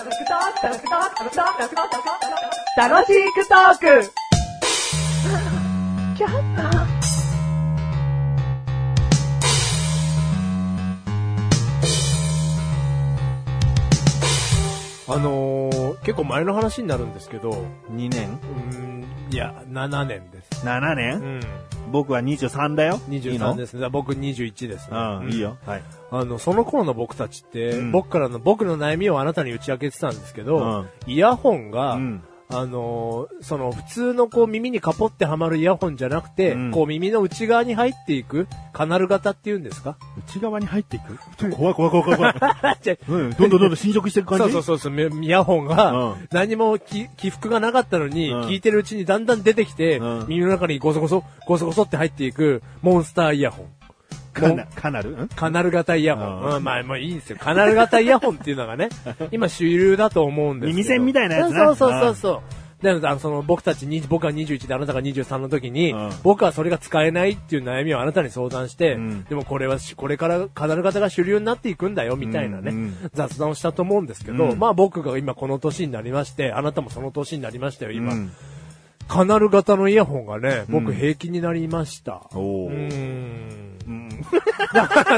楽しくトーク結構前の話になるんですけど、 2年いや、7年です。 7年、 うん。 僕は23だよ。 23ですね。僕21ですね。 うん、いいよ。はい。 その頃の僕たちって、僕の悩みをあなたに打ち明けてたんですけど、イヤホンが、普通のこう耳にカポってはまるイヤホンじゃなくて、こう耳の内側に入っていく、カナル型っていうんですか？ 内側に入っていく？怖い。どんどん侵食していく感じ？ そう。イヤホンが、何も起伏がなかったのに、聞いてるうちにだんだん出てきて、耳の中にゴソゴソって入っていく、モンスターイヤホン。 カナル型イヤホン。まあいいんですよ。カナル型イヤホンっていうのがね、今主流だと思うんですけど。 耳栓みたいなやつな。 そう。だから僕が21であなたが23の時に、僕はそれが使えないっていう悩みをあなたに相談して、でもこれからカナル型が主流になっていくんだよみたいなね、雑談をしたと思うんですけど、まあ僕が今この年になりまして、あなたもその年になりましたよ、今。カナル型のイヤホンがね、僕平気になりました。だから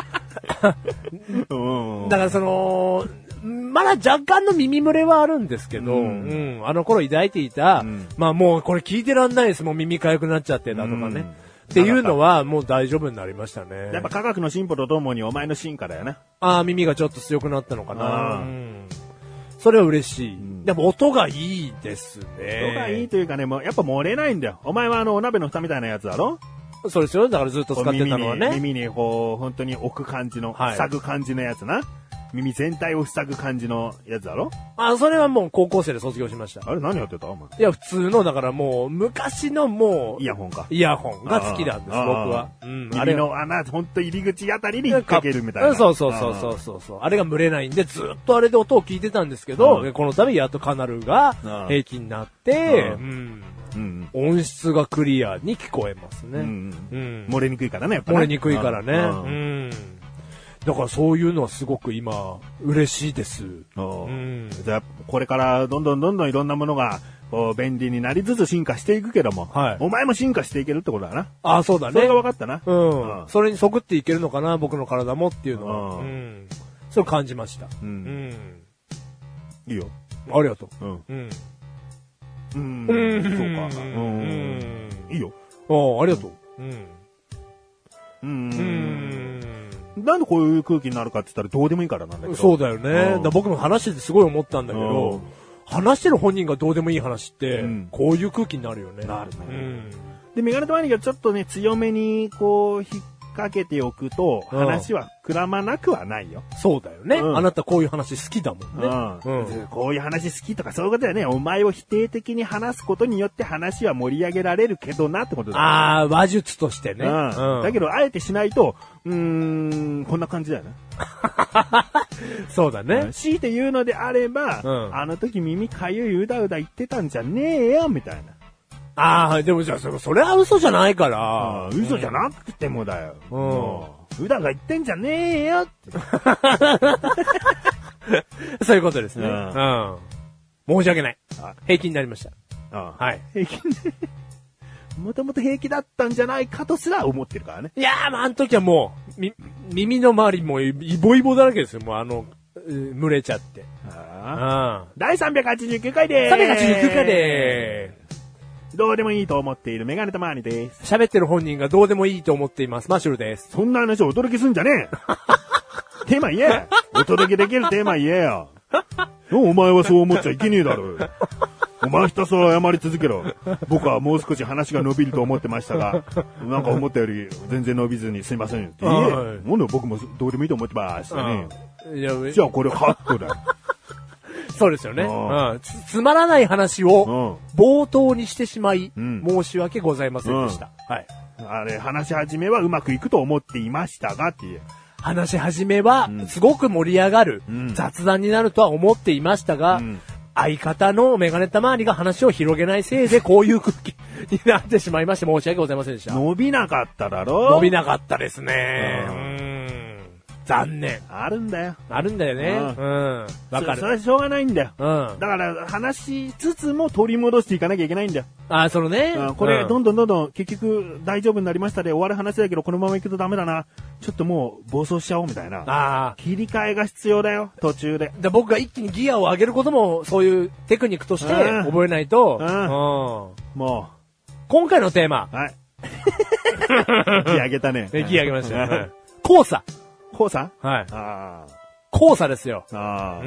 まだ若干の耳蒸れはあるんですけど、あの頃抱いていた、まあもうこれ聞いてらんないです、もう耳痒くなっちゃってだとかね。っていうのはもう大丈夫になりましたね。 やっぱ科学の進歩とともにお前の進化だよね。 耳がちょっと強くなったのかな。それは嬉しい。でも音がいいですね。 音がいいというかね、もうやっぱ漏れないんだよ。お前はお鍋の蓋みたいなやつだろ？ そうですよ。だからずっと使ってたのはね。 耳にこう、本当に置く感じの、塞ぐ感じのやつな。耳全体を塞ぐ感じのやつだろ？ それはもう高校生で卒業しました。 あれ何やってたお前？ いや、普通の、だからもう、昔のもう、 イヤホンか。 イヤホンが好きなんです、僕は。 耳の穴、ほんと入り口あたりに引っ掛けるみたいな。 そう。あれが蒸れないんで、ずっとあれで音を聞いてたんですけど、この度やっとカナルが平気になって、音質がクリアに聞こえますね。 漏れにくいからね、やっぱ漏れにくいからね。だからそういうのはすごく今、嬉しいです。 じゃあ、これからどんどんいろんなものが、便利になりつつ進化していくけども、お前も進化していけるってことだな。 そうだね。 それが分かったな。 それに即っていけるのかな、僕の体もっていうのは。そう感じました。 いいよ。 ありがとう。 そうか。いいよ。 ありがとう。 なんでこういう空気になるかって言ったらどうでもいいからなんだけど。 そうだよね。僕も話しててすごい思ったんだけど、話してる本人がどうでもいい話って、こういう空気になるよね。 なるね。で、メガネとマニがちょっとね、強めにこう、引っ掛けておくと、話は膨らまなくはないよ。 そうだよね。あなたこういう話好きだもんね。こういう話好きとかそういうことだよね。お前を否定的に話すことによって話は盛り上げられるけどなってことだよ。 話術としてね。 だけど、あえてしないと、こんな感じだよね。 そうだね。 強いて言うのであれば、あの時耳かゆいうだうだ言ってたんじゃねえよ、みたいな。 でもじゃあそれは嘘じゃないから。 嘘じゃなくてもだよ。うだが言ってんじゃねえよって。 そういうことですね。申し訳ない。平気になりました。はい。 平気ね。もともと平気だったんじゃないかとすら思ってるからね。 いやー、あの時はもう、耳の周りもイボイボだらけですよ。もう蒸れちゃって。 第389回でーす。 389回でーす。 どうでもいいと思っているメガネたまーにです。 喋ってる本人がどうでもいいと思っています。マッシュルです。 そんな話をお届けすんじゃねえ。テーマ言え。お届けできるテーマ言えよ。お前はそう思っちゃいけねえだろ。お前ひたすら謝り続けろ。僕はもう少し話が伸びると思ってましたが、なんか思ったより全然伸びずにすいませんって言え。もの僕もどうでもいいと思ってましたね。じゃあこれカットだよ。 そうですよね。つまらない話を冒頭にしてしまい、申し訳ございませんでした。はい。 話し始めはうまくいくと思っていましたがっていう。 話し始めはすごく盛り上がる、雑談になるとは思っていましたが、相方のメガネたまわりが話を広げないせいでこういう空気になってしまいまして申し訳ございませんでした。 伸びなかっただろ？ 伸びなかったですね。 残念。 あるんだよ。 あるんだよね。うん。わかる。 それはしょうがないんだよ。 うん。 だから、話しつつも取り戻していかなきゃいけないんだよ。 あ、そのね。 これ、どんどん、結局、大丈夫になりましたで終わる話だけど、このまま行くとダメだな。ちょっともう、暴走しちゃおうみたいな。ああ。切り替えが必要だよ、途中で。 僕が一気にギアを上げることも、そういうテクニックとして覚えないと。 もう。今回のテーマ。 はい。ギア上げたね。 ギア上げましたね。黄砂。 黄砂？ はい。 ああ。 黄砂ですよ。 ああ。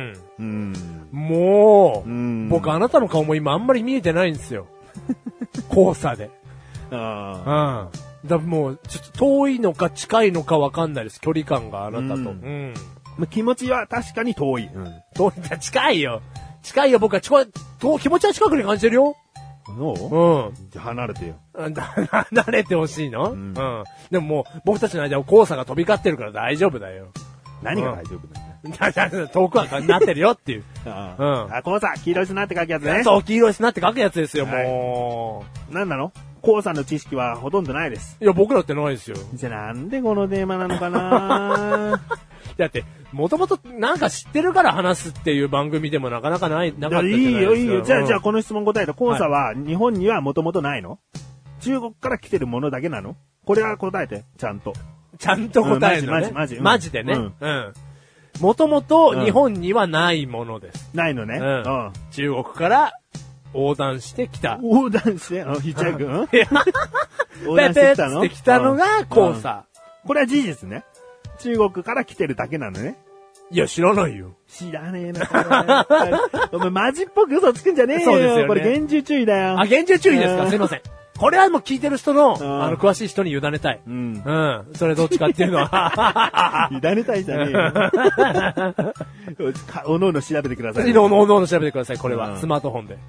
もう、僕あなたの顔も今あんまり見えてないんですよ。黄砂で。 ああ。 だもう、ちょっと遠いのか近いのかわかんないです。距離感があなたと。 気持ちは確かに遠い。 遠い、近いよ。近いよ、僕は気持ちは近くに感じてるよ。 じゃあ離れてよ。 離れてほしいの？でももう、僕たちの間を黄砂が飛び交ってるから大丈夫だよ。 何が大丈夫なんだよ。遠くはなってるよっていう。 黄砂、黄色い砂って書くやつね。 そう、黄色い砂って書くやつですよ、もう。何なの？黄砂の知識はほとんどないです。 いや、僕らってないですよ。 じゃあなんでこのテーマなのかなだって、もともとなんか知ってるから話すっていう番組でもなかなかなかったじゃないですか。 いいよ。じゃあこの質問答えた。黄砂は日本にはもともとないの？中国から来てるものだけなの？これは答えて、ちゃんと。 ちゃんと答えるのね。マジでね。もともと日本にはないものです。 ないのね。 中国から横断してきた。 横断してヒッチハイク？ 横断してきたのが黄砂。 これは事実ね。中国から来てるだけなのね。 いや、知らないよ。 知らねえな。お前マジっぽく嘘つくんじゃねえよ。そうですよね。これ厳重注意だよ。 厳重注意ですか？すいません。これはもう聞いてる人の、詳しい人に委ねたい。それどっちかっていうのは。 委ねたいじゃねえよ。おのおの調べてください。 おのおの調べてください、これは。スマートフォンで。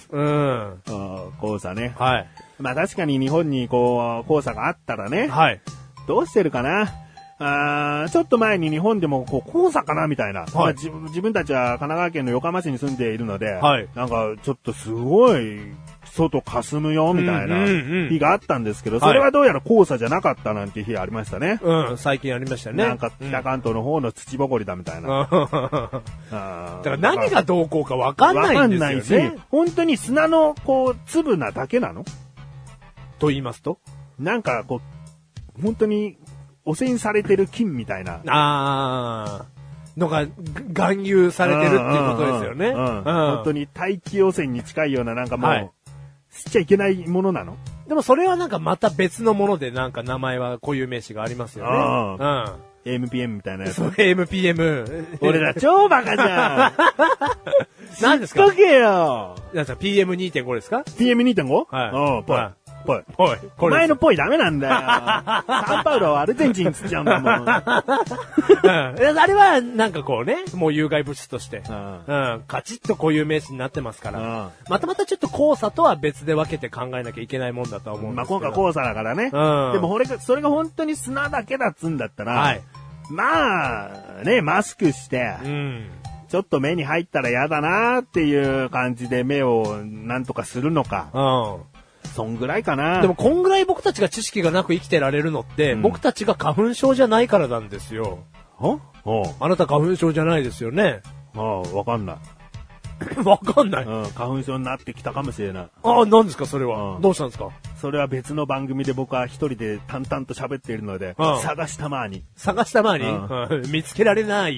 黄砂ね。 はい。 まあ確かに日本にこう、黄砂があったらね。 はい。 どうしてるかな？ちょっと前に日本でも黄砂かなみたいな。自分たちは神奈川県の横浜市に住んでいるので、なんかちょっとすごい外霞むよみたいな日があったんですけど、それはどうやら黄砂じゃなかったなんて日ありましたね。 最近ありましたね。 なんか北関東の方の土ぼこりだみたいな。 だから何がどうこうか分かんないんですよね。 本当に砂の粒なだけなの？ と言いますと？ なんか本当に汚染されてる菌みたいな。 のが含有されてるっていうことですよね。 本当に大気汚染に近いようななんかもう、吸っちゃいけないものなの？ でもそれはなんかまた別のものでなんか名前は固有名詞がありますよね。 AMPM みたいなやつ。 そう、AMPM。 俺ら超バカじゃん。 何ですか？ 知っとけよ。 PM2.5 ですか？ PM2.5？ ぽい。前のぽいダメなんだよ。サンパウロはアルゼンチンつっちゃうんだもん。 あれはなんかもう有害物質として、カチッと固有名詞になってますから、またちょっと黄砂とは別で分けて考えなきゃいけないもんだとは思うんですけど。 今回黄砂だからね。でもそれが本当に砂だけだっつんだったら、まあ、ね、マスクして、ちょっと目に入ったら嫌だなっていう感じで目をなんとかするのか。そんぐらいかな。 でもこんぐらい僕たちが知識がなく生きてられるのって、僕たちが花粉症じゃないからなんですよ。あなた花粉症じゃないですよね。 わかんない。 わかんない。 花粉症になってきたかもしれない。 何ですかそれは。どうしたんですか？ それは別の番組で僕は一人で淡々と喋っているので、探したまーに。 探したまーに見つけられない。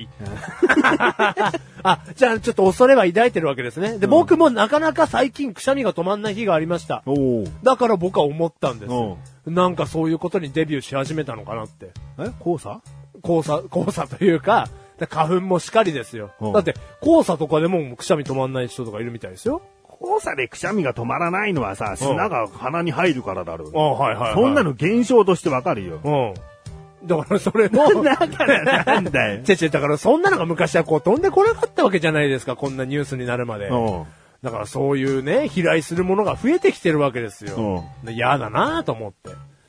じゃあちょっと恐れは抱いてるわけですね。で、僕もなかなか最近くしゃみが止まんない日がありました。だから僕は思ったんです。なんかそういうことにデビューし始めたのかなって。 黄砂というか、花粉もしかりですよ。だって、黄砂とかでもくしゃみ止まんない人とかいるみたいですよ。 黄砂でくしゃみが止まらないのはさ、砂が鼻に入るからだろう。 そんなの現象としてわかるよ。 だからそれも、 だからなんだよ。 だからそんなのが昔は飛んでこなかったわけじゃないですか、こんなニュースになるまで。だからそういうね、飛来するものが増えてきてるわけですよ。嫌だなと思って。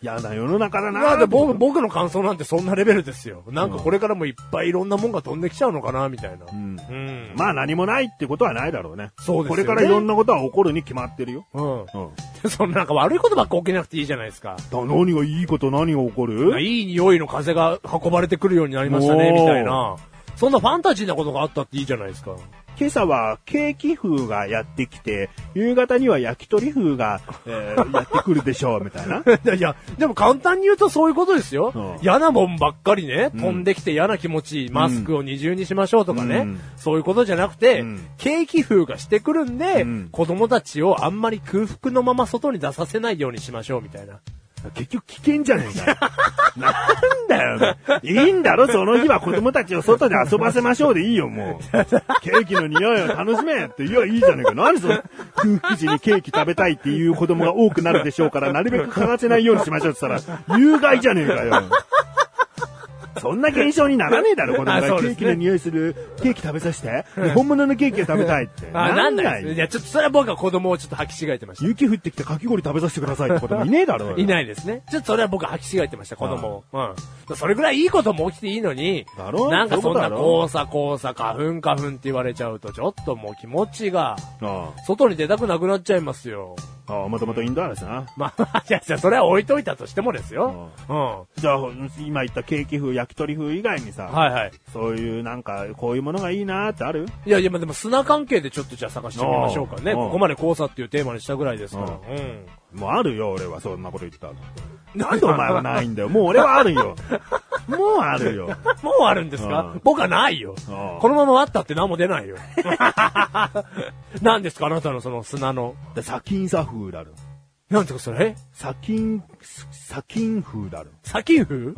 嫌な世の中だな。 まあで僕の感想なんてそんなレベルですよ。なんかこれからもいっぱいいろんなもんが飛んできちゃうのかな、みたいな。 まあ何もないってことはないだろうね。 そうですよね。 これからいろんなことは起こるに決まってるよ。 そんななんか悪いことばっか起きなくていいじゃないですか。 何がいいこと何が起こる？ いい匂いの風が運ばれてくるようになりましたね、みたいな。そんなファンタジーなことがあったっていいじゃないですか。 今朝はケーキ風がやってきて、夕方には焼き鳥風が、やってくるでしょう、みたいな。 いや、でも簡単に言うとそういうことですよ。嫌なもんばっかりね、飛んできて嫌な気持ち、マスクを二重にしましょうとかね、そういうことじゃなくて、ケーキ風がしてくるんで、子供たちをあんまり空腹のまま外に出させないようにしましょう、みたいな。 結局危険じゃねえかよ。なんだよ。いいんだろその日は子供たちを外で遊ばせましょうでいいよ、もう。ケーキの匂いを楽しめって言えばいいじゃねえか。何その空腹時にケーキ食べたいっていう子供が多くなるでしょうから、なるべく嗅がせないようにしましょうって言ったら、有害じゃねえかよ。そんな現象にならねえだろ、子供がケーキの匂いするケーキ食べさせて、本物のケーキを食べたいって。 なんだよ。いや、ちょっとそれは僕は子供をちょっと履き違えてました。 雪降ってきてかき氷食べさせてくださいって子供いねえだろ。 いないですね。ちょっとそれは僕は履き違えてました、子供を。それぐらいいいことも起きていいのに、なんかそんな黄砂、花粉って言われちゃうと、ちょっともう気持ちが、外に出たくなくなっちゃいますよ。 もともとインドアですな。 まあ、じゃあそれは置いといたとしてもですよ。 じゃあ、今言ったケーキ風、焼き鳥風以外にさ、そういうなんか、こういうものがいいなーってある？ いや、でも砂関係でちょっとじゃあ探してみましょうかね。ここまで黄砂っていうテーマにしたぐらいですから。 もうあるよ、俺はそんなこと言ったら。なんでお前はないんだよ。もう俺はあるよ。もうあるよ。 もうあるんですか？僕はないよ。このままあったって何も出ないよ。何ですかあなたのその砂の。 砂金砂風だろ。 なんてかそれ？ 砂金風だろ。 砂金風？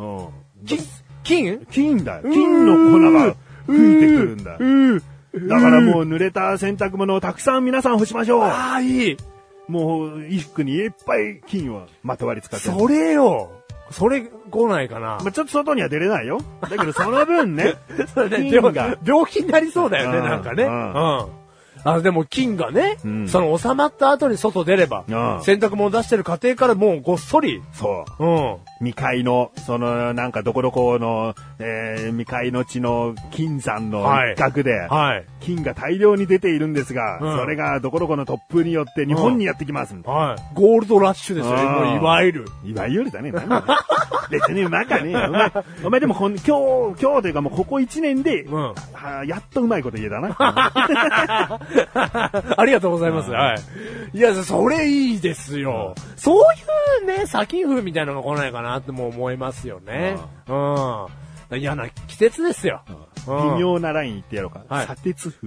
金だよ。金の粉が吹いてくるんだ。だからもう濡れた洗濯物をたくさん皆さん干しましょう。 ああ、いい。 もう、衣服にいっぱい金をまとわりつかってる。 それよ。それ来ないかな。 まあ、ちょっと外には出れないよ。だけどその分ね、 金が病気になりそうだよね、なんかね。でも金がね、その収まった後に外出れば、洗濯物出してる家庭からもうごっそり。 そう。未開の、その、なんかどこどこの、未開の地の金山の一角で、金が大量に出ているんですが、それがどこどこの突風によって日本にやってきます。 ゴールドラッシュですよ、もういわゆる。 いわゆるだね。別にうまかねえ。お前でも今日というかもうここ1年で、やっとうまいこと言えたな。 ありがとうございます。いや、それいいですよ。そういうね、砂金風みたいなのが来ないかなっても思いますよね。嫌な季節ですよ。 微妙なライン言ってやろうか。砂鉄風。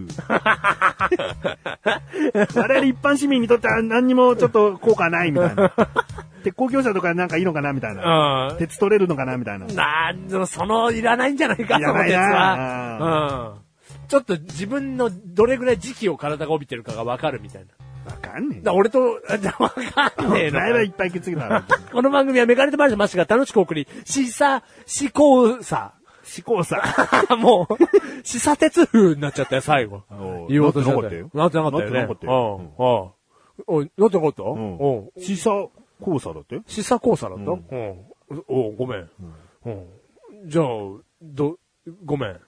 我々一般市民にとっては何にもちょっと効果ないみたいな。鉄鋼業者とかなんかいいのかなみたいな。鉄取れるのかなみたいな。 いらないんじゃないか、その鉄は。ちょっと自分のどれぐらい時期を体が帯びてるかがわかるみたいな。 わかんねえ。俺と、わかんねえの。 前はいっぱい気づいた。 この番組はメガネとマジマシが楽しく送り、思考さ。もう、視差鉄風になっちゃったよ、最後。言おうとしちゃったよ。なってなかったよね。なってなかった？ 視差交差だって視差交差だった？ごめん。じゃあ、ごめん。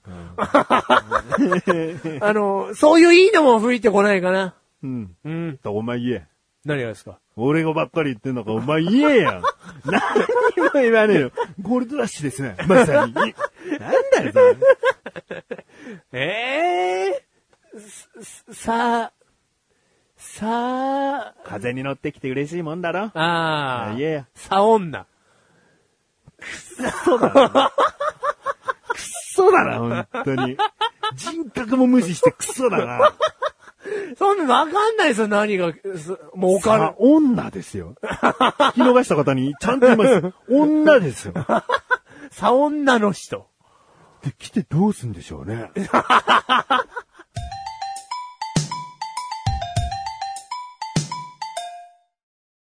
そういういいのも吹いてこないかな。 お前言え。 何がですか？ 俺がばっかり言ってんのか、お前言えや。何も言わねえよ。ゴールドラッシュですね。まさに。なんだよ、風に乗ってきて嬉しいもんだろ。 言えや。女。 そうだな。クソだな、本当に。人格も無視してクソだな。 そんなわかんないですよ、何が。もうお金。 女ですよ。聞き逃した方にちゃんと言います。女ですよ。 女の人。 で、来てどうすんでしょうね。